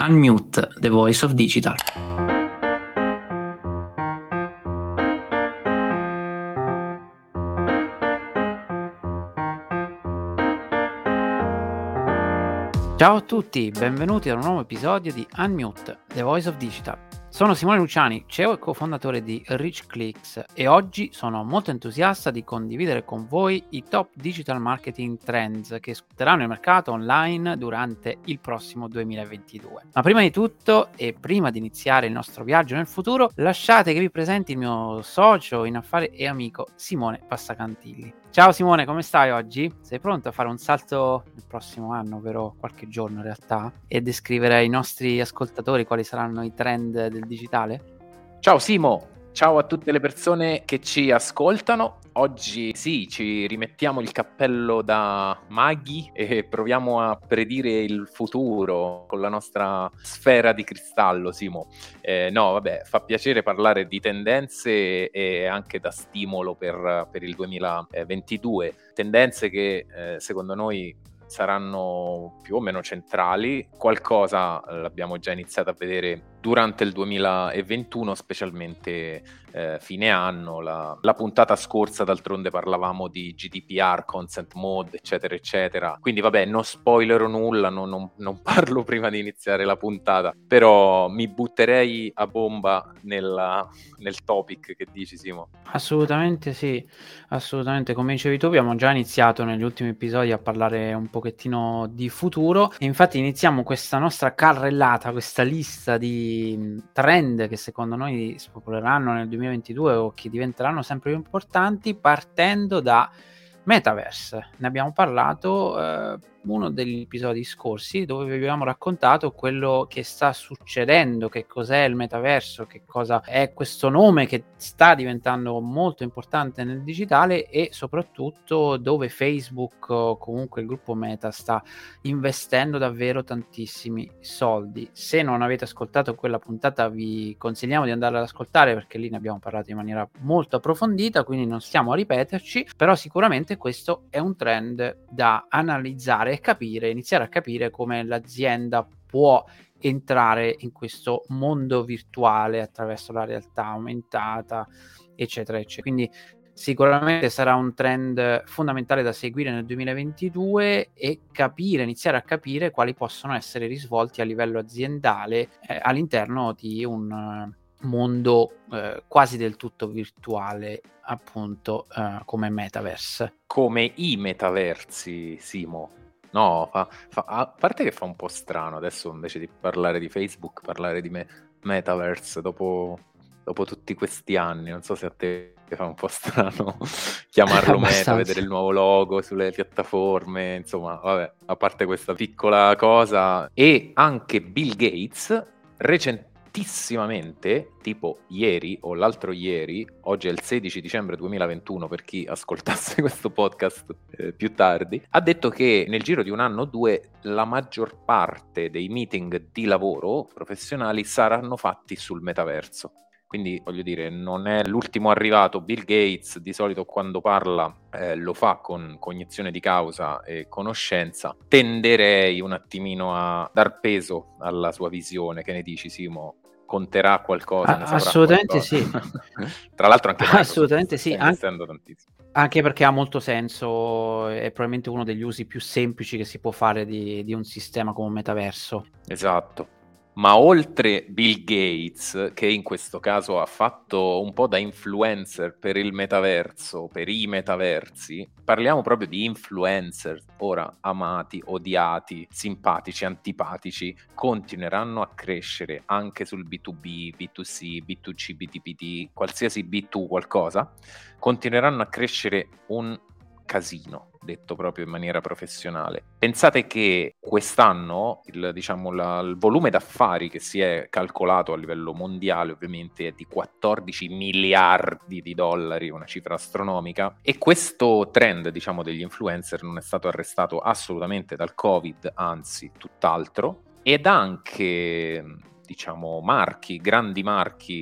Unmute, the voice of digital. Ciao a tutti, benvenuti ad un nuovo episodio di Unmute, the voice of digital. Sono Simone Luciani, CEO e cofondatore di RichClicks e oggi sono molto entusiasta di condividere con voi i top digital marketing trends che scotteranno il mercato online durante il prossimo 2022. Ma prima di tutto e prima di iniziare il nostro viaggio nel futuro, lasciate che vi presenti il mio socio in affari e amico Simone Passacantilli. Ciao Simone, come stai oggi? Sei pronto a fare un salto nel prossimo anno, ovvero qualche giorno in realtà, e descrivere ai nostri ascoltatori quali saranno i trend del digitale? Ciao Simo, ciao a tutte le persone che ci ascoltano. Oggi sì, ci rimettiamo il cappello da maghi e proviamo a predire il futuro con la nostra sfera di cristallo, Simo. No, vabbè, fa piacere parlare di tendenze e anche da stimolo per il 2022. Tendenze che secondo noi saranno più o meno centrali. Qualcosa l'abbiamo già iniziato a vedere durante il 2021, specialmente fine anno. La puntata scorsa d'altronde parlavamo di GDPR, consent mode, eccetera eccetera, quindi vabbè, non spoilerò nulla, non parlo prima di iniziare la puntata, però mi butterei a bomba nel topic. Che dici, Simo? Assolutamente sì, assolutamente. Come dicevi tu, abbiamo già iniziato negli ultimi episodi a parlare un pochettino di futuro e infatti iniziamo questa nostra carrellata, questa lista di trend che secondo noi spopoleranno nel 2022 o che diventeranno sempre più importanti, partendo da Metaverse. Ne abbiamo parlato uno degli episodi scorsi, dove vi abbiamo raccontato quello che sta succedendo, che cos'è il metaverso, che cosa è questo nome che sta diventando molto importante nel digitale e soprattutto dove Facebook o comunque il gruppo Meta sta investendo davvero tantissimi soldi. Se non avete ascoltato quella puntata vi consigliamo di andare ad ascoltare, perché lì ne abbiamo parlato in maniera molto approfondita, quindi non stiamo a ripeterci, però sicuramente questo è un trend da analizzare e capire, iniziare a capire come l'azienda può entrare in questo mondo virtuale attraverso la realtà aumentata, eccetera, eccetera. Quindi sicuramente sarà un trend fondamentale da seguire nel 2022 e iniziare a capire quali possono essere i risvolti a livello aziendale all'interno di un mondo quasi del tutto virtuale, appunto, come Metaverse. Come i metaversi, Simo. No, a parte che fa un po' strano adesso, invece di parlare di Facebook, parlare di metaverse dopo tutti questi anni. Non so se a te fa un po' strano chiamarlo Meta, vedere il nuovo logo sulle piattaforme, insomma, vabbè, a parte questa piccola cosa. E anche Bill Gates recentissimamente, tipo ieri o l'altro ieri, oggi è il 16 dicembre 2021 per chi ascoltasse questo podcast più tardi, ha detto che nel giro di un anno o due la maggior parte dei meeting di lavoro professionali saranno fatti sul metaverso. Quindi voglio dire, non è l'ultimo arrivato. Bill Gates di solito quando parla lo fa con cognizione di causa e conoscenza. Tenderei un attimino a dar peso alla sua visione. Che ne dici, Simo? Conterà qualcosa, ne saprà Assolutamente qualcosa? Sì. Tra l'altro anche Microsoft Assolutamente sì, sta investendo tantissimo. anche perché ha molto senso, è probabilmente uno degli usi più semplici che si può fare di un sistema come un metaverso. Esatto. Ma oltre Bill Gates, che in questo caso ha fatto un po' da influencer per il metaverso, per i metaversi, parliamo proprio di influencer, ora amati, odiati, simpatici, antipatici, continueranno a crescere anche sul B2B, B2C, B2C, B2B, qualsiasi B2 qualcosa, continueranno a crescere un casino, detto proprio in maniera professionale. Pensate che quest'anno il volume d'affari che si è calcolato a livello mondiale ovviamente è di 14 miliardi di dollari, una cifra astronomica, e questo trend, diciamo, degli influencer non è stato arrestato assolutamente dal Covid, anzi tutt'altro, ed anche, diciamo, grandi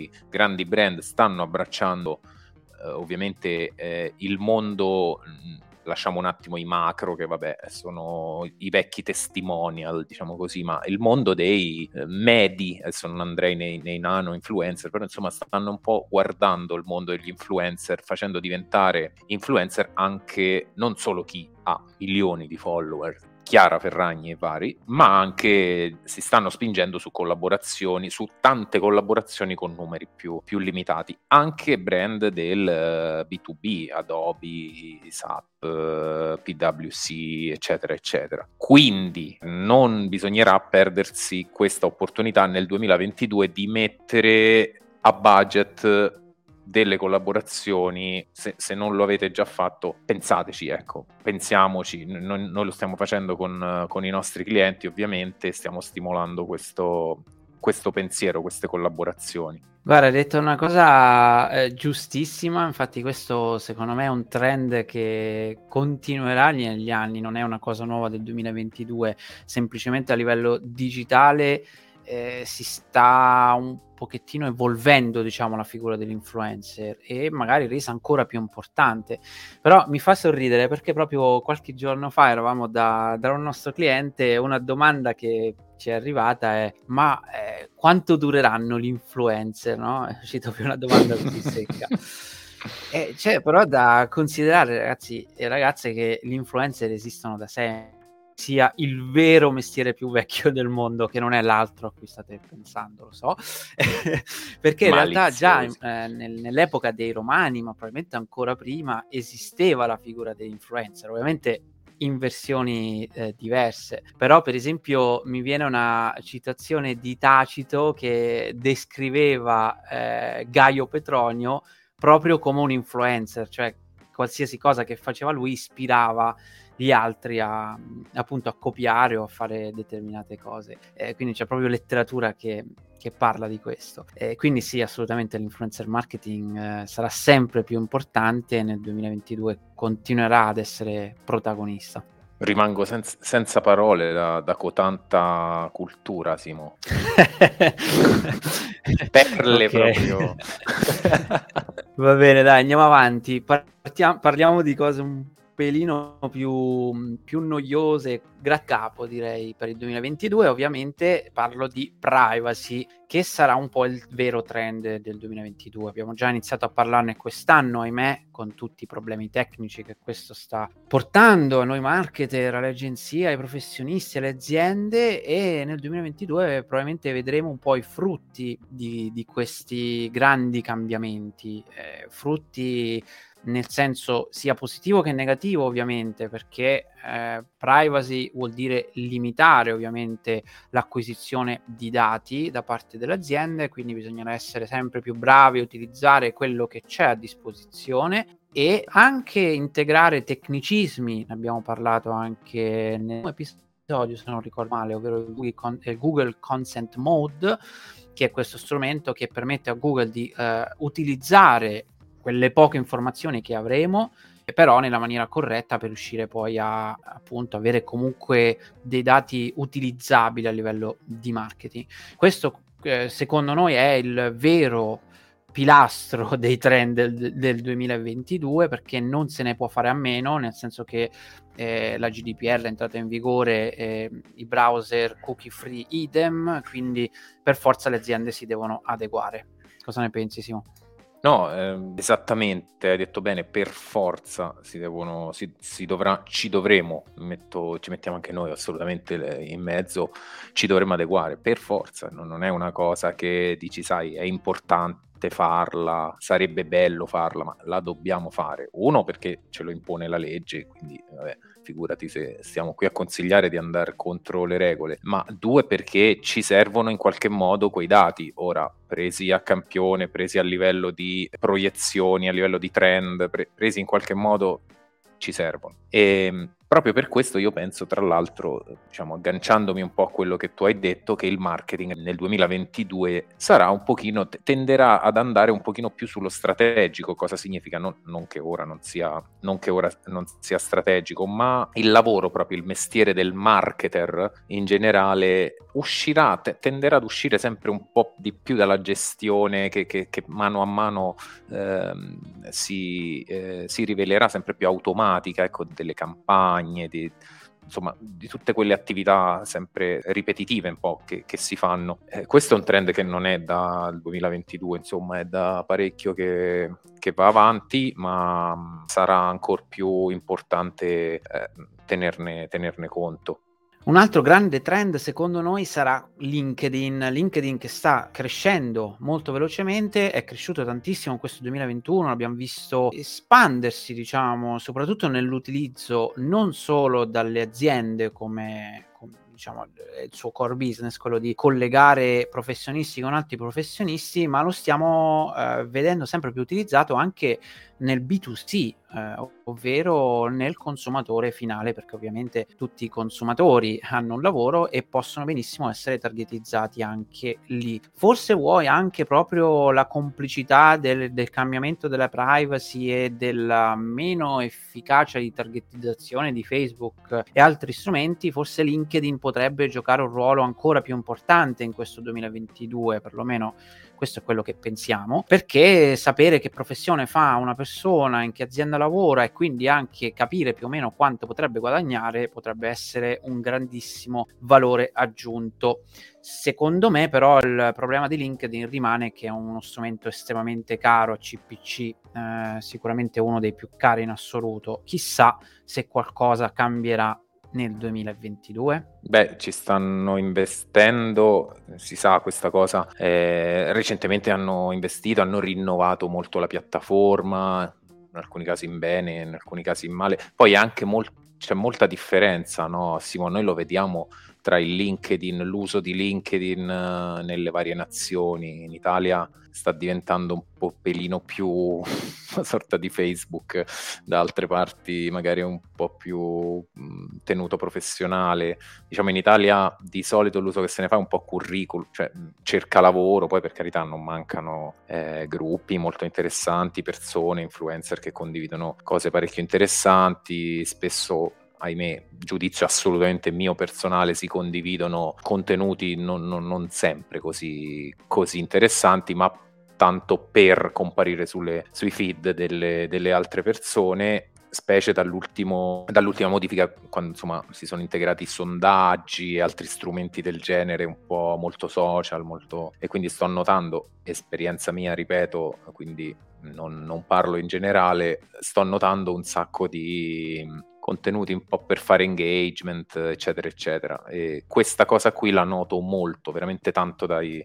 brand stanno abbracciando ovviamente il mondo lasciamo un attimo i macro, che vabbè sono i vecchi testimonial, diciamo così, ma il mondo dei medi, adesso non andrei nei nano influencer, però insomma stanno un po' guardando il mondo degli influencer, facendo diventare influencer anche non solo chi ha milioni di follower, Chiara Ferragni e vari, ma anche si stanno spingendo su collaborazioni, su tante collaborazioni con numeri più limitati, anche brand del B2B, Adobe, SAP, PwC, eccetera, eccetera. Quindi non bisognerà perdersi questa opportunità nel 2022 di mettere a budget delle collaborazioni. Se non lo avete già fatto, pensateci, ecco, pensiamoci. Noi lo stiamo facendo con i nostri clienti, ovviamente stiamo stimolando questo pensiero, queste collaborazioni. Guarda, hai detto una cosa giustissima, infatti questo secondo me è un trend che continuerà negli anni, non è una cosa nuova del 2022, semplicemente a livello digitale si sta un pochettino evolvendo, diciamo, la figura dell'influencer e magari resa ancora più importante. Però mi fa sorridere perché proprio qualche giorno fa eravamo da un nostro cliente, una domanda che ci è arrivata è: ma quanto dureranno gli influencer, no? È uscita più una domanda così secca. C'è però da considerare, ragazzi e ragazze, che gli influencer esistono da sempre, sia il vero mestiere più vecchio del mondo, che non è l'altro a cui state pensando, lo so, perché in realtà già nell'epoca dei Romani, ma probabilmente ancora prima, esisteva la figura dell'influencer, ovviamente in versioni diverse. Però per esempio mi viene una citazione di Tacito che descriveva Gaio Petronio proprio come un influencer, cioè qualsiasi cosa che faceva lui ispirava gli altri appunto a copiare o a fare determinate cose, quindi c'è proprio letteratura che parla di questo, quindi sì, assolutamente l'influencer marketing sarà sempre più importante e nel 2022 continuerà ad essere protagonista. Rimango senza parole da cotanta cultura, Simo. Perle proprio. Va bene, dai, andiamo avanti. Parliamo di cose un pelino più noiose, grattacapo direi, per il 2022. Ovviamente parlo di privacy, che sarà un po' il vero trend del 2022. Abbiamo già iniziato a parlarne quest'anno, ahimè, con tutti i problemi tecnici che questo sta portando a noi marketer, alle agenzie, ai professionisti, alle aziende, e nel 2022 probabilmente vedremo un po' i frutti di questi grandi cambiamenti, frutti nel senso sia positivo che negativo, ovviamente, perché privacy vuol dire limitare ovviamente l'acquisizione di dati da parte delle aziende, quindi bisognerà essere sempre più bravi a utilizzare quello che c'è a disposizione e anche integrare tecnicismi. Ne abbiamo parlato anche nell'episodio, se non ricordo male, ovvero il Google Consent Mode, che è questo strumento che permette a Google di utilizzare quelle poche informazioni che avremo, però nella maniera corretta, per riuscire poi a appunto avere comunque dei dati utilizzabili a livello di marketing. Questo secondo noi è il vero pilastro dei trend del 2022, perché non se ne può fare a meno, nel senso che la GDPR è entrata in vigore, i browser cookie free idem, quindi per forza le aziende si devono adeguare. Cosa ne pensi, Simo? No, esattamente, hai detto bene, per forza ci dovremo, ci mettiamo anche noi assolutamente in mezzo, ci dovremo adeguare, per forza, non è una cosa che dici, sai, è importante farla, sarebbe bello farla, ma la dobbiamo fare. Uno, perché ce lo impone la legge, quindi vabbè, figurati se stiamo qui a consigliare di andare contro le regole, ma due, perché ci servono in qualche modo quei dati, ora presi a campione, presi a livello di proiezioni, a livello di trend, presi in qualche modo ci servono. E proprio per questo io penso, tra l'altro, diciamo, agganciandomi un po' a quello che tu hai detto, che il marketing nel 2022 sarà un pochino, tenderà ad andare un pochino più sullo strategico. Cosa significa? Non che ora non sia strategico, ma il lavoro, proprio il mestiere del marketer in generale tenderà ad uscire sempre un po' di più dalla gestione che mano a mano si rivelerà sempre più automatica, ecco, delle campagne, insomma, di tutte quelle attività sempre ripetitive un po' che si fanno. Questo è un trend che non è dal 2022, insomma, è da parecchio che va avanti, ma sarà ancora più importante tenerne conto. Un altro grande trend secondo noi sarà LinkedIn che sta crescendo molto velocemente, è cresciuto tantissimo in questo 2021, l'abbiamo visto espandersi, diciamo, soprattutto nell'utilizzo non solo dalle aziende come diciamo il suo core business, quello di collegare professionisti con altri professionisti, ma lo stiamo vedendo sempre più utilizzato anche nel B2C, ovvero nel consumatore finale, perché ovviamente tutti i consumatori hanno un lavoro e possono benissimo essere targetizzati anche lì. Forse vuoi anche proprio la complicità del cambiamento della privacy e della meno efficacia di targetizzazione di Facebook e altri strumenti, forse LinkedIn potrebbe giocare un ruolo ancora più importante in questo 2022, perlomeno questo è quello che pensiamo, perché sapere che professione fa una persona, in che azienda lavora e quindi anche capire più o meno quanto potrebbe guadagnare potrebbe essere un grandissimo valore aggiunto. Secondo me però il problema di LinkedIn rimane che è uno strumento estremamente caro, CPC, sicuramente uno dei più cari in assoluto. Chissà se qualcosa cambierà nel 2022? Beh, ci stanno investendo, si sa questa cosa, recentemente hanno investito, hanno rinnovato molto la piattaforma, in alcuni casi in bene, in alcuni casi in male, poi anche c'è molta differenza, no? Simo, noi lo vediamo tra il LinkedIn, l'uso di LinkedIn nelle varie nazioni. In Italia sta diventando un po' pelino più una sorta di Facebook, da altre parti magari un po' più tenuto professionale. Diciamo in Italia di solito l'uso che se ne fa è un po' curriculum, cioè cerca lavoro, poi per carità non mancano gruppi molto interessanti, persone, influencer che condividono cose parecchio interessanti, spesso ahimè, giudizio assolutamente mio personale, si condividono contenuti non sempre così interessanti, ma tanto per comparire sui feed delle altre persone, specie dall'ultima modifica, quando insomma si sono integrati sondaggi e altri strumenti del genere, un po' molto social, e quindi sto notando, esperienza mia, ripeto, quindi non parlo in generale, sto notando un sacco di contenuti un po' per fare engagement, eccetera, eccetera. E questa cosa qui la noto molto, veramente tanto dai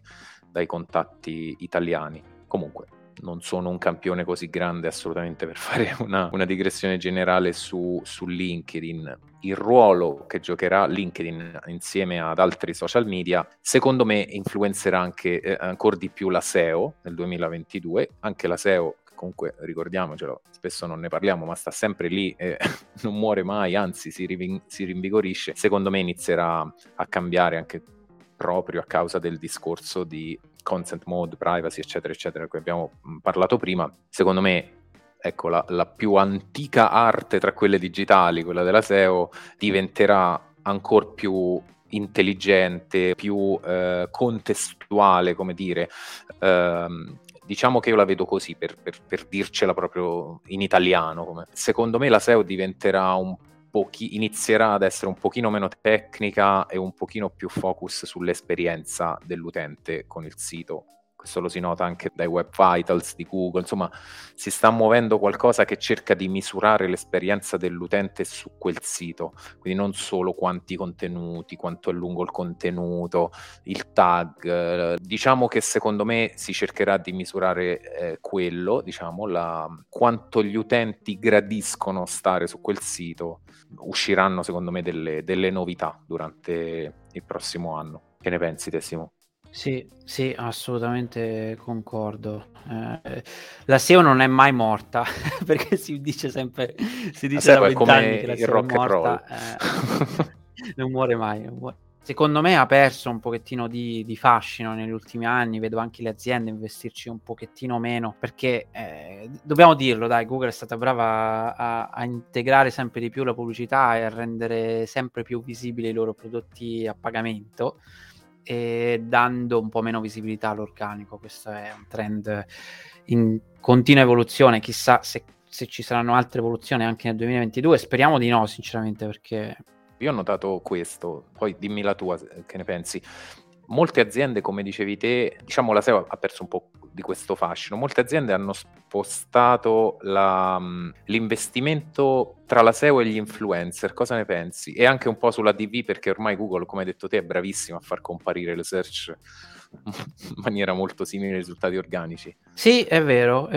contatti italiani. Comunque, non sono un campione così grande assolutamente per fare una digressione generale su LinkedIn. Il ruolo che giocherà LinkedIn insieme ad altri social media, secondo me, influenzerà anche ancora di più la SEO nel 2022. Anche la SEO, comunque ricordiamocelo, spesso non ne parliamo, ma sta sempre lì e non muore mai, anzi si rinvigorisce. Secondo me inizierà a cambiare anche proprio a causa del discorso di consent mode, privacy, eccetera, eccetera, che abbiamo parlato prima. Secondo me, ecco, la più antica arte tra quelle digitali, quella della SEO, diventerà ancora più intelligente, più contestuale, come dire. Diciamo che io la vedo così, per dircela proprio in italiano. Secondo me la SEO diventerà inizierà ad essere un pochino meno tecnica e un pochino più focus sull'esperienza dell'utente con il sito. Questo lo si nota anche dai Web Vitals di Google, insomma si sta muovendo qualcosa che cerca di misurare l'esperienza dell'utente su quel sito, quindi non solo quanti contenuti, quanto è lungo il contenuto, il tag. Diciamo che secondo me si cercherà di misurare quello, diciamo, quanto gli utenti gradiscono stare su quel sito. Usciranno secondo me delle novità durante il prossimo anno. Che ne pensi, Tessimo? Sì, sì, assolutamente concordo. La SEO non è mai morta, perché si La dice da SEO è 20 anni come che la il SEO è rock and roll. morta, non muore mai, Secondo me ha perso un pochettino di fascino negli ultimi anni, vedo anche le aziende investirci un pochettino meno, perché dobbiamo dirlo, dai, Google è stata brava a integrare sempre di più la pubblicità e a rendere sempre più visibili i loro prodotti a pagamento, e dando un po' meno visibilità all'organico. Questo è un trend in continua evoluzione, chissà se ci saranno altre evoluzioni anche nel 2022, speriamo di no sinceramente, perché Io ho notato questo, poi dimmi la tua, che ne pensi. Molte aziende, come dicevi te, diciamo la SEO ha perso un po' di questo fascino. Molte aziende hanno spostato l'investimento tra la SEO e gli influencer. Cosa ne pensi? E anche un po' sulla DV, perché ormai Google, come hai detto te, è bravissimo a far comparire le search in maniera molto simile ai risultati organici. sì, è vero,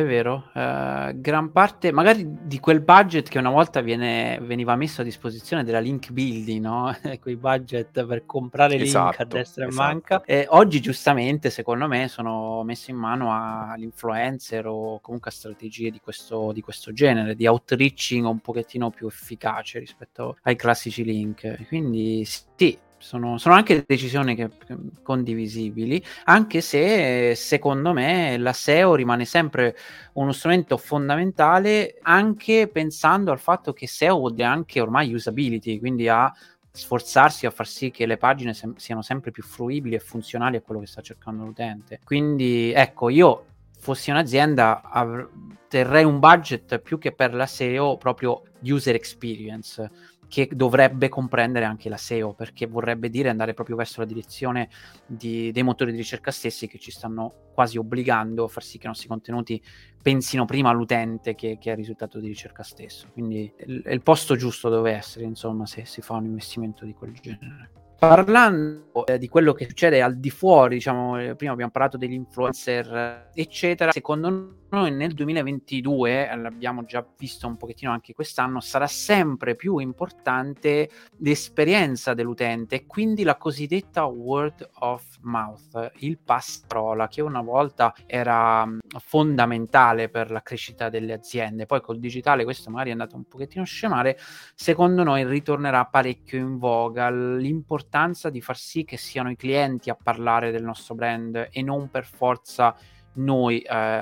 gran parte magari di quel budget che una volta veniva messo a disposizione della link building, no, quei budget per comprare link a destra e manca, oggi giustamente secondo me sono messi in mano all'influencer o comunque a strategie di questo genere, di outreaching un pochettino più efficace rispetto ai classici link. Quindi sì, sono anche decisioni condivisibili, anche se secondo me la SEO rimane sempre uno strumento fondamentale, anche pensando al fatto che SEO vuol dire anche ormai usability, quindi a sforzarsi a far sì che le pagine siano sempre più fruibili e funzionali a quello che sta cercando l'utente. Quindi ecco, io fossi un'azienda terrei un budget più che per la SEO proprio user experience, che dovrebbe comprendere anche la SEO, perché vorrebbe dire andare proprio verso la direzione dei motori di ricerca stessi, che ci stanno quasi obbligando a far sì che i nostri contenuti pensino prima all'utente che al risultato di ricerca stesso. Quindi è il posto giusto dove essere, insomma, se si fa un investimento di quel genere. Parlando di quello che succede al di fuori, diciamo, prima abbiamo parlato degli influencer, eccetera, secondo noi nel 2022, l'abbiamo già visto un pochettino anche quest'anno, sarà sempre più importante l'esperienza dell'utente e quindi la cosiddetta word of mouth, il passaparola, che una volta era fondamentale per la crescita delle aziende. Poi col digitale questo magari è andato un pochettino a scemare, secondo noi ritornerà parecchio in voga l'importanza di far sì che siano i clienti a parlare del nostro brand e non per forza noi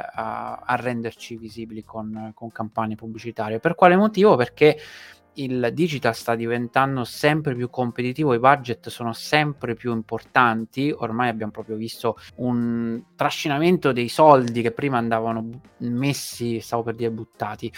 a renderci visibili con campagne pubblicitarie. Per quale motivo? Perché il digital sta diventando sempre più competitivo, i budget sono sempre più importanti, ormai abbiamo proprio visto un trascinamento dei soldi che prima andavano messi, stavo per dire buttati,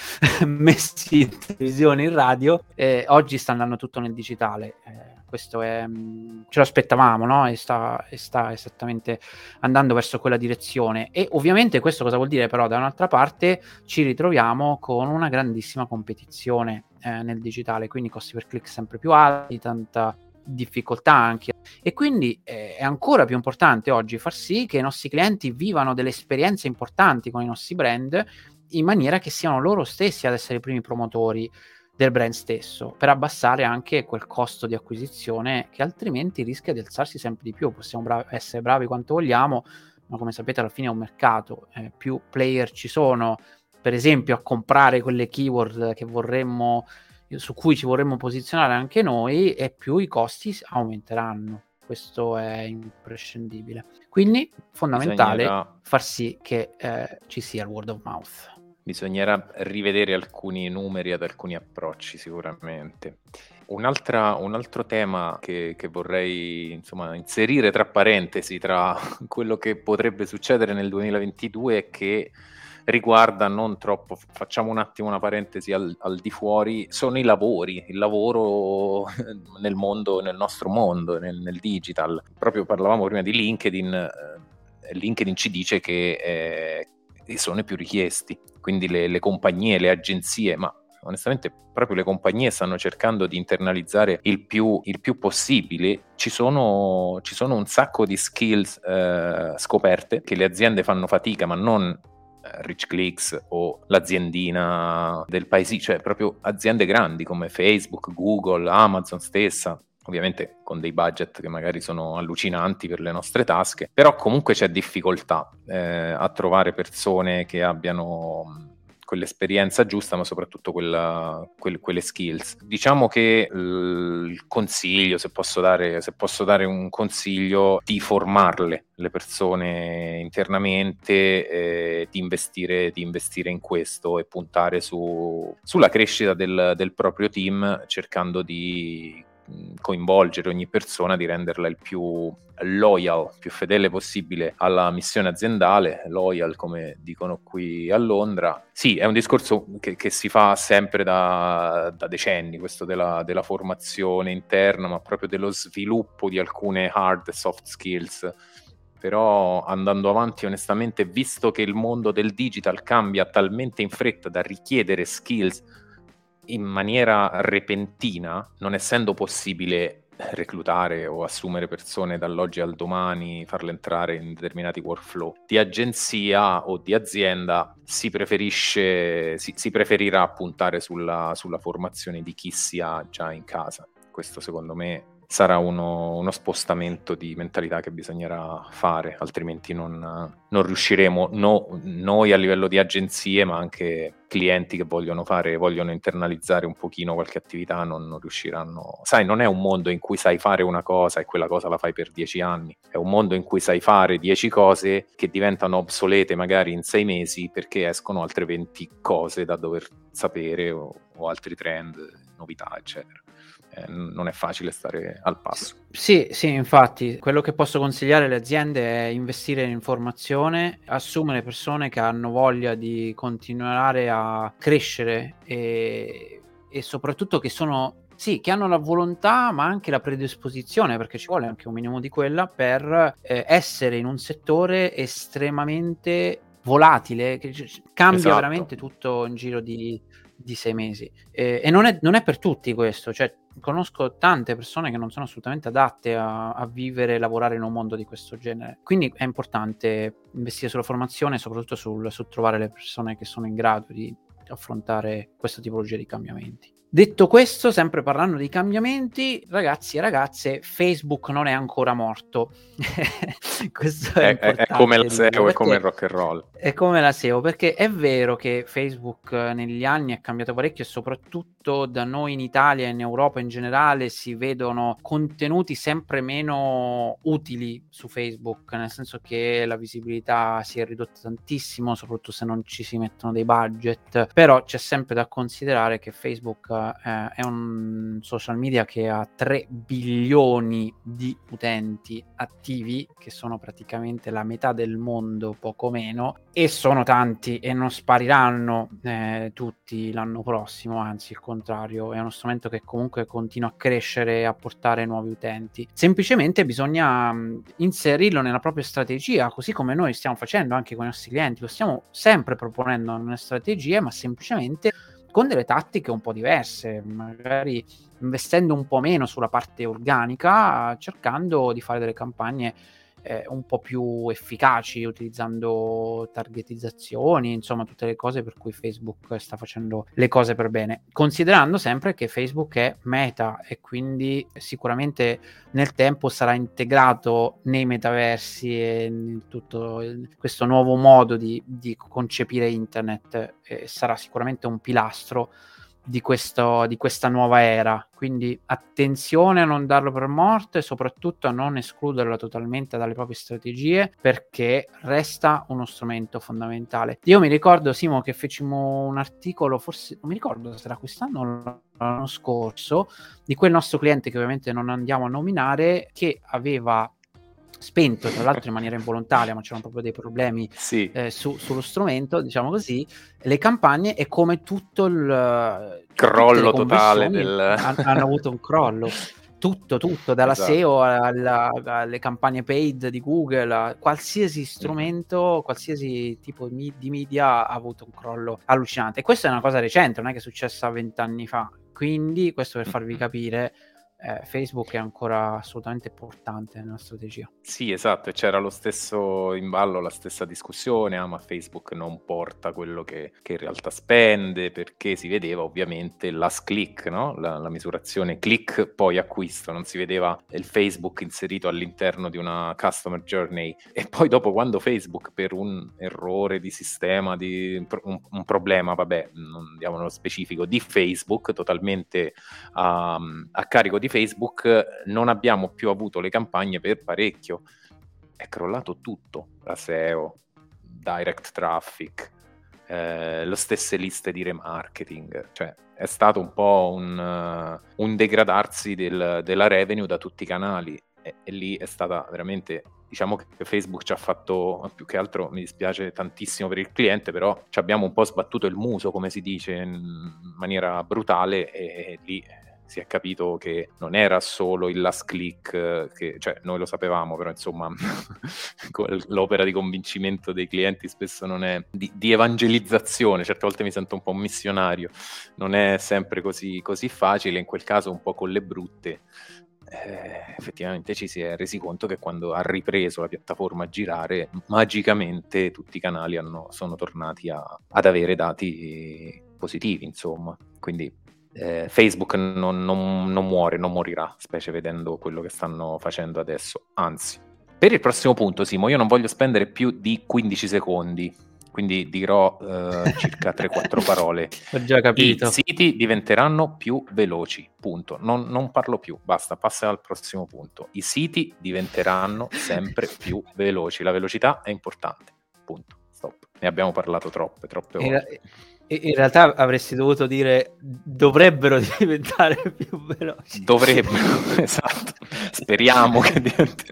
messi in televisione, in radio, oggi sta andando tutto nel digitale. Questo è, ce lo aspettavamo, no? E sta esattamente andando verso quella direzione. E ovviamente questo cosa vuol dire? Però da un'altra parte ci ritroviamo con una grandissima competizione nel digitale, quindi costi per click sempre più alti, tanta difficoltà anche, e quindi è ancora più importante oggi far sì che i nostri clienti vivano delle esperienze importanti con i nostri brand, in maniera che siano loro stessi ad essere i primi promotori del brand stesso, per abbassare anche quel costo di acquisizione che altrimenti rischia di alzarsi sempre di più. Possiamo essere bravi quanto vogliamo, ma come sapete alla fine è un mercato, più player ci sono, per esempio, a comprare quelle keyword che vorremmo, su cui ci vorremmo posizionare anche noi, e più i costi aumenteranno. Questo è imprescindibile. Quindi fondamentale far sì che ci sia il word of mouth. Bisognerà rivedere alcuni numeri ad alcuni approcci sicuramente. Un altro tema che vorrei insomma inserire tra parentesi tra quello che potrebbe succedere nel 2022 è che riguarda non troppo, facciamo un attimo una parentesi al di fuori, sono i lavori, il lavoro nel mondo, nel nostro mondo, nel digital. Proprio parlavamo prima di LinkedIn, LinkedIn ci dice che sono i più richiesti, quindi le compagnie, le agenzie, ma onestamente proprio le compagnie stanno cercando di internalizzare il più possibile. Ci sono un sacco di skills scoperte che le aziende fanno fatica, ma non Rich Clicks o l'aziendina del paesino, cioè proprio aziende grandi come Facebook, Google, Amazon stessa, ovviamente con dei budget che magari sono allucinanti per le nostre tasche, però comunque c'è difficoltà a trovare persone che abbiano quell'esperienza giusta, ma soprattutto quelle skills. Diciamo che il consiglio, se posso dare un consiglio, di formarle le persone internamente, di investire in questo e puntare sulla crescita del proprio team, cercando di coinvolgere ogni persona, di renderla il più loyal, più fedele possibile alla missione aziendale, loyal come dicono qui a Londra. Sì, è un discorso che si fa sempre da decenni, questo della formazione interna, ma proprio dello sviluppo di alcune hard e soft skills. Però andando avanti onestamente, visto che il mondo del digital cambia talmente in fretta da richiedere skills in maniera repentina, non essendo possibile reclutare o assumere persone dall'oggi al domani, farle entrare in determinati workflow di agenzia o di azienda, si preferirà puntare sulla formazione di chi si ha già in casa. Questo secondo me sarà uno spostamento di mentalità che bisognerà fare, altrimenti non riusciremo, noi a livello di agenzie, ma anche clienti che vogliono internalizzare un pochino qualche attività, non riusciranno. Sai, non è un mondo in cui sai fare una cosa e quella cosa la fai per 10 anni, è un mondo in cui sai fare 10 cose che diventano obsolete magari in 6 mesi perché escono altre 20 cose da dover sapere o altri trend, novità, eccetera. Non è facile stare al passo. Sì, infatti, quello che posso consigliare alle aziende è investire in formazione, assumere persone che hanno voglia di continuare a crescere e soprattutto che hanno la volontà ma anche la predisposizione, perché ci vuole anche un minimo di quella, per essere in un settore estremamente volatile, che cambia Esatto. veramente tutto in giro di 6 mesi. E non è per tutti questo, cioè conosco tante persone che non sono assolutamente adatte a vivere e lavorare in un mondo di questo genere. Quindi è importante investire sulla formazione e soprattutto su trovare le persone che sono in grado di affrontare questa tipologia di cambiamenti. Detto questo, sempre parlando di cambiamenti, ragazzi e ragazze, Facebook non è ancora morto. Questo è importante. È come la SEO, è come il rock and roll. È come la SEO, perché è vero che Facebook negli anni è cambiato parecchio e soprattutto da noi in Italia e in Europa in generale si vedono contenuti sempre meno utili su Facebook, nel senso che la visibilità si è ridotta tantissimo, soprattutto se non ci si mettono dei budget, però c'è sempre da considerare che Facebook è un social media che ha 3 bilioni di utenti attivi, che sono praticamente la metà del mondo, poco meno, e sono tanti e non spariranno tutti l'anno prossimo, anzi il contrario, è uno strumento che comunque continua a crescere e a portare nuovi utenti. Semplicemente bisogna inserirlo nella propria strategia, così come noi stiamo facendo anche con i nostri clienti, lo stiamo sempre proponendo nelle strategie, ma semplicemente con delle tattiche un po' diverse, magari investendo un po' meno sulla parte organica, cercando di fare delle campagne un po' più efficaci, utilizzando targetizzazioni, insomma tutte le cose per cui Facebook sta facendo le cose per bene, considerando sempre che Facebook è Meta e quindi sicuramente nel tempo sarà integrato nei metaversi e in tutto questo nuovo modo di concepire internet, sarà sicuramente un pilastro di questa nuova era, quindi attenzione a non darlo per morto e soprattutto a non escluderlo totalmente dalle proprie strategie, perché resta uno strumento fondamentale. Io mi ricordo, Simo, che fecimo un articolo, forse non mi ricordo se era quest'anno o l'anno scorso, di quel nostro cliente che ovviamente non andiamo a nominare, che aveva spento, tra l'altro in maniera involontaria, ma c'erano proprio dei problemi sì. sullo strumento, diciamo così, le campagne, e come tutto il crollo totale hanno avuto un crollo. Tutto, dalla esatto. SEO alle campagne paid di Google, a qualsiasi strumento, qualsiasi tipo di media ha avuto un crollo allucinante. E questa è una cosa recente, non è che è successa 20 anni fa. Quindi, questo per farvi capire Facebook è ancora assolutamente portante nella strategia. Sì, esatto, e c'era lo stesso in ballo, la stessa discussione, ma Facebook non porta quello che in realtà spende, perché si vedeva ovviamente last click, no? La misurazione click poi acquisto, non si vedeva il Facebook inserito all'interno di una customer journey. E poi dopo, quando Facebook, per un errore di sistema, un problema, vabbè, non diamo nello specifico, di Facebook, totalmente a carico di Facebook, non abbiamo più avuto le campagne per parecchio. È crollato tutto, la SEO, direct traffic, le stesse liste di remarketing, cioè è stato un po' un degradarsi della revenue da tutti i canali, e lì è stata veramente, diciamo che Facebook ci ha fatto, più che altro mi dispiace tantissimo per il cliente, però ci abbiamo un po' sbattuto il muso, come si dice, in maniera brutale, e lì si è capito che non era solo il last click, che, cioè noi lo sapevamo, però insomma l'opera di convincimento dei clienti spesso non è di evangelizzazione, certe volte mi sento un po' un missionario, non è sempre così facile, in quel caso un po' con le brutte. Effettivamente ci si è resi conto che quando ha ripreso la piattaforma a girare, magicamente tutti i canali sono tornati ad avere dati positivi, insomma. Quindi Facebook non muore, non morirà, specie vedendo quello che stanno facendo adesso. Anzi, per il prossimo punto, Simo, io non voglio spendere più di 15 secondi, quindi dirò circa 3-4 parole. Ho già capito. I siti diventeranno più veloci, punto. Non parlo più, basta, passa al prossimo punto. I siti diventeranno sempre più veloci, la velocità è importante, punto. Stop. Ne abbiamo parlato troppe volte. In realtà avresti dovuto dire dovrebbero diventare più veloci. Dovrebbero, esatto. Speriamo che diventi.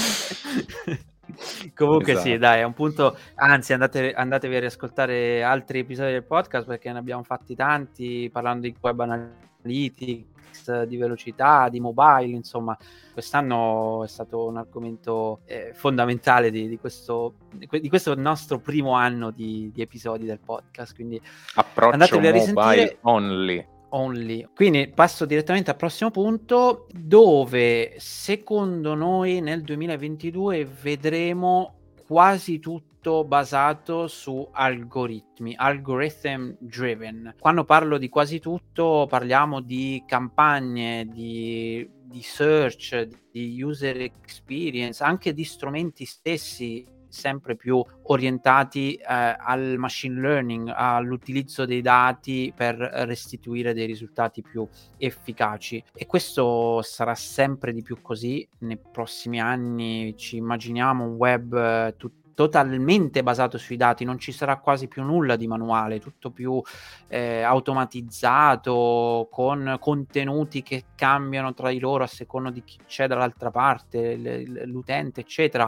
Comunque esatto. Sì, dai, è un punto, anzi andatevi a riascoltare altri episodi del podcast, perché ne abbiamo fatti tanti, parlando di web analytics, di velocità, di mobile, insomma. Quest'anno è stato un argomento fondamentale di questo nostro primo anno di episodi del podcast, quindi approccio andatevi a mobile risentire only. Quindi passo direttamente al prossimo punto, dove secondo noi nel 2022 vedremo quasi tutto basato su algoritmi, algorithm driven. Quando parlo di quasi tutto parliamo di campagne, di search, di user experience, anche di strumenti stessi sempre più orientati al machine learning, all'utilizzo dei dati per restituire dei risultati più efficaci, e questo sarà sempre di più così nei prossimi anni. Ci immaginiamo un web totalmente basato sui dati, non ci sarà quasi più nulla di manuale, tutto più automatizzato, con contenuti che cambiano tra di loro a seconda di chi c'è dall'altra parte, l'utente, eccetera.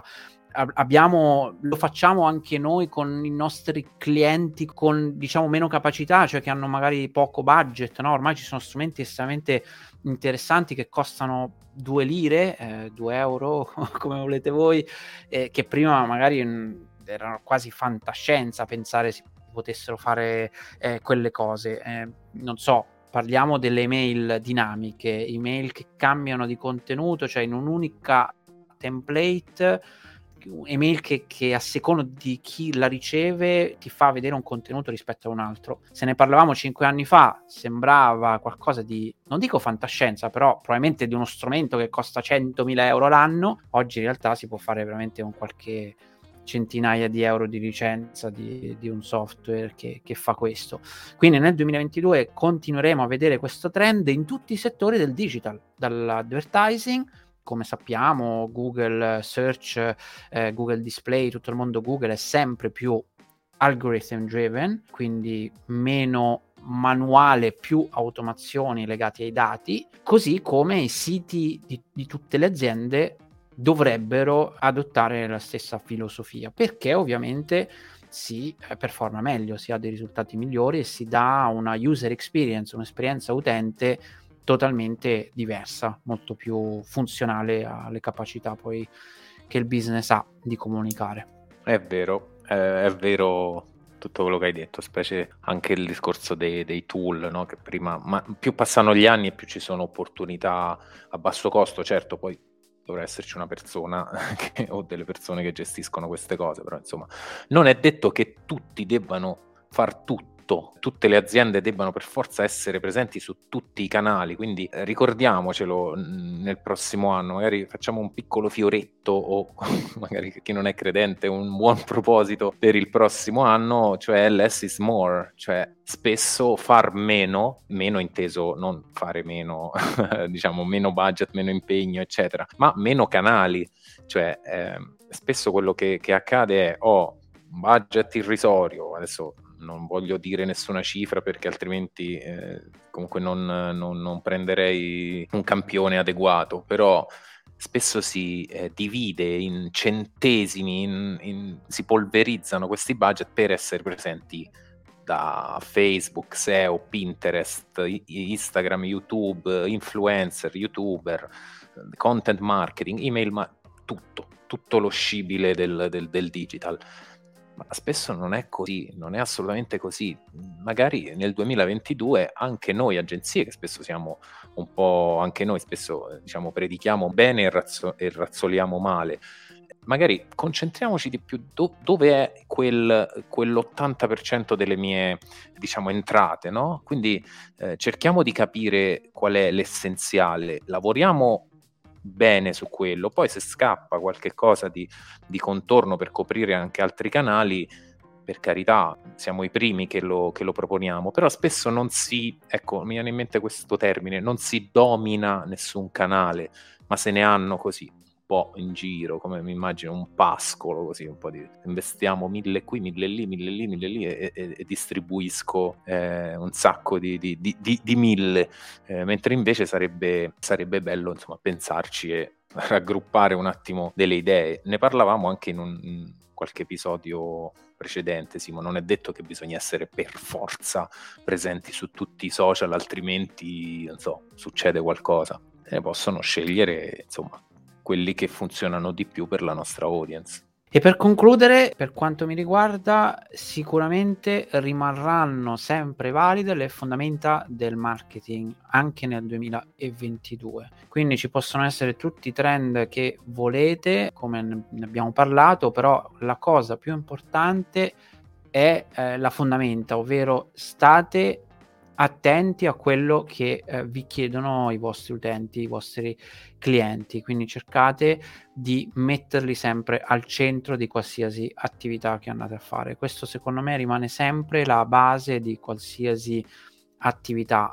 Lo facciamo anche noi con i nostri clienti con, diciamo, meno capacità, cioè che hanno magari poco budget, no? Ormai ci sono strumenti estremamente interessanti che costano 2 lire, 2 euro, come volete voi, che prima magari erano quasi fantascienza pensare si potessero fare quelle cose. Non so, parliamo delle email dinamiche, email che cambiano di contenuto, cioè in un'unica template, email che a seconda di chi la riceve ti fa vedere un contenuto rispetto a un altro. Se ne parlavamo 5 anni fa sembrava qualcosa di, non dico fantascienza, però probabilmente di uno strumento che costa 100.000 euro l'anno. Oggi in realtà si può fare veramente con qualche centinaia di euro di licenza di un software che fa questo. Quindi nel 2022 continueremo a vedere questo trend in tutti i settori del digital, dall'advertising, come sappiamo, Google Search, Google Display, tutto il mondo Google è sempre più algorithm driven, quindi meno manuale, più automazioni legate ai dati, così come i siti di tutte le aziende dovrebbero adottare la stessa filosofia, perché ovviamente si performa meglio, si ha dei risultati migliori e si dà una user experience, un'esperienza utente totalmente diversa, molto più funzionale alle capacità poi che il business ha di comunicare. È vero tutto quello che hai detto, specie anche il discorso dei tool, no? Che prima, ma più passano gli anni e più ci sono opportunità a basso costo, certo, poi dovrà esserci una persona o delle persone che gestiscono queste cose, però insomma non è detto che tutti debbano far tutto, tutte le aziende debbano per forza essere presenti su tutti i canali, quindi ricordiamocelo nel prossimo anno, magari facciamo un piccolo fioretto o magari chi non è credente un buon proposito per il prossimo anno, cioè less is more, cioè spesso far meno inteso non fare meno, diciamo meno budget, meno impegno, eccetera, ma meno canali, cioè spesso quello che accade è un budget irrisorio, adesso non voglio dire nessuna cifra perché altrimenti comunque non prenderei un campione adeguato, però spesso si divide in centesimi, si polverizzano questi budget per essere presenti da Facebook, SEO, Pinterest, Instagram, YouTube, influencer, YouTuber, content marketing, email, tutto lo scibile del digital. Ma spesso non è così, non è assolutamente così. Magari nel 2022 anche noi agenzie, che spesso siamo un po', anche noi spesso diciamo predichiamo bene e razzoliamo male, magari concentriamoci di più dove è quell'80% delle mie, diciamo, entrate, no? Quindi cerchiamo di capire qual è l'essenziale, lavoriamo bene su quello, poi se scappa qualche cosa di contorno per coprire anche altri canali, per carità, siamo i primi che lo proponiamo, però spesso non si, ecco, mi viene in mente questo termine, non si domina nessun canale, ma se ne hanno così un po' in giro, come mi immagino un pascolo, così un po' di investiamo 1000 qui, 1000 lì, 1000 lì, 1000 lì e distribuisco un sacco di 1000, mentre invece sarebbe bello insomma pensarci e raggruppare un attimo delle idee. Ne parlavamo anche in qualche episodio precedente, Simo, non è detto che bisogna essere per forza presenti su tutti i social, altrimenti, non so, succede qualcosa. Se ne possono scegliere, insomma, quelli che funzionano di più per la nostra audience. E per concludere, per quanto mi riguarda, sicuramente rimarranno sempre valide le fondamenta del marketing anche nel 2022. Quindi ci possono essere tutti i trend che volete, come ne abbiamo parlato, però la cosa più importante è la fondamenta, ovvero state attenti a quello che vi chiedono i vostri utenti, i vostri clienti, quindi cercate di metterli sempre al centro di qualsiasi attività che andate a fare. Questo secondo me rimane sempre la base di qualsiasi attività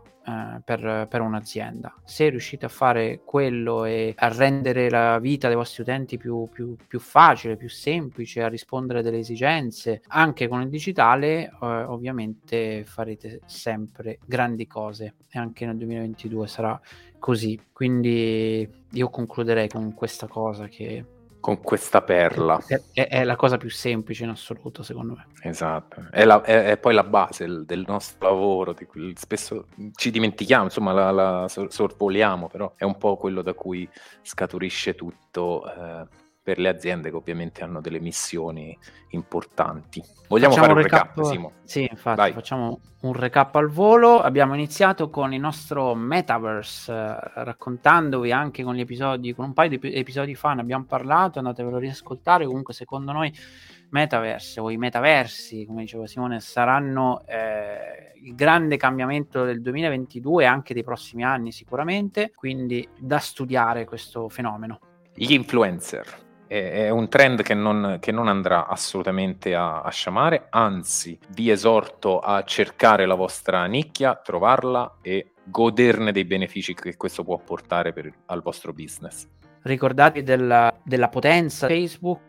per un'azienda. Se riuscite a fare quello e a rendere la vita dei vostri utenti più facile, più semplice, a rispondere delle esigenze anche con il digitale, ovviamente farete sempre grandi cose e anche nel 2022 sarà così. Quindi io concluderei con questa cosa, che con questa perla è la cosa più semplice in assoluto, secondo me. Esatto, è poi la base del nostro lavoro, di cui spesso ci dimentichiamo, insomma la sorvoliamo, però è un po' quello da cui scaturisce tutto per le aziende che ovviamente hanno delle missioni importanti. Vogliamo Facciamo fare un recap, Simo? Sì, infatti, Vai. facciamo un recap al volo. Abbiamo iniziato con il nostro Metaverse, raccontandovi anche con gli episodi, con un paio di episodi fa ne abbiamo parlato, andatevelo a riascoltare. Comunque secondo noi Metaverse o i metaversi, come diceva Simone, saranno il grande cambiamento del 2022 e anche dei prossimi anni sicuramente, quindi da studiare questo fenomeno. Gli influencer. È un trend che non andrà assolutamente a sciamare, anzi vi esorto a cercare la vostra nicchia, trovarla e goderne dei benefici che questo può portare al vostro business. Ricordatevi della potenza Facebook,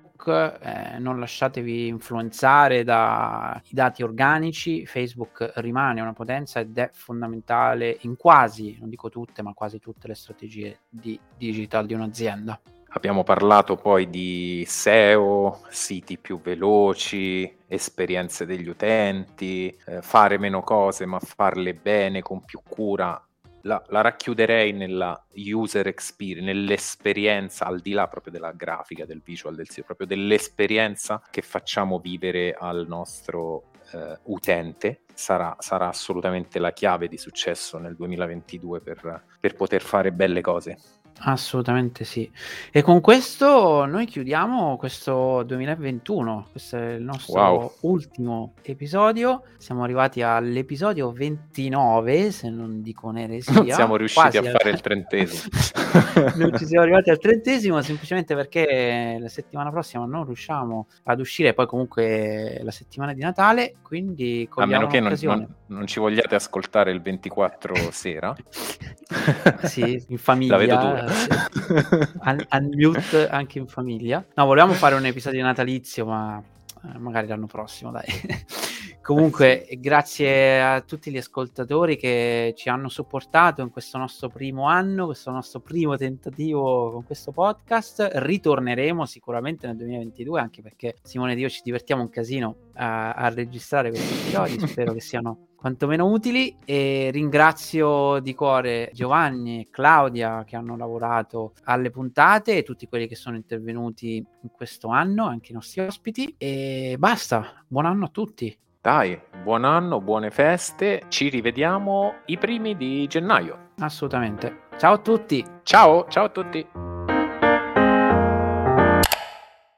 non lasciatevi influenzare dai dati organici. Facebook rimane una potenza ed è fondamentale in quasi, non dico tutte, ma quasi tutte le strategie di digital di un'azienda. Abbiamo parlato poi di SEO, siti più veloci, esperienze degli utenti, fare meno cose ma farle bene, con più cura. La racchiuderei nella user experience, nell'esperienza, al di là proprio della grafica, del visual del sito, proprio dell'esperienza che facciamo vivere al nostro utente sarà assolutamente la chiave di successo nel 2022 per poter fare belle cose. Assolutamente sì. E con questo noi chiudiamo questo 2021. Questo è il nostro ultimo episodio. Siamo arrivati all'episodio 29, se non dico un'eresia. Non siamo riusciti a fare il 30°. Non ci siamo arrivati al 30°, semplicemente perché la settimana prossima non riusciamo ad uscire, poi comunque la settimana di Natale, quindi a meno che l'occasione. non ci vogliate ascoltare il 24 sera. Sì, in famiglia. La vedo dura. Unmute anche in famiglia. No, volevamo fare un episodio natalizio, ma magari l'anno prossimo, dai. Comunque, grazie a tutti gli ascoltatori che ci hanno supportato in questo nostro primo anno, questo nostro primo tentativo con questo podcast. Ritorneremo sicuramente nel 2022, anche perché Simone ed io ci divertiamo un casino a registrare questi episodi. Spero che siano quantomeno utili, e ringrazio di cuore Giovanni e Claudia che hanno lavorato alle puntate e tutti quelli che sono intervenuti in questo anno, anche i nostri ospiti, e basta, buon anno a tutti. Dai, buon anno, buone feste, ci rivediamo i primi di gennaio. Assolutamente. Ciao a tutti. Ciao a tutti.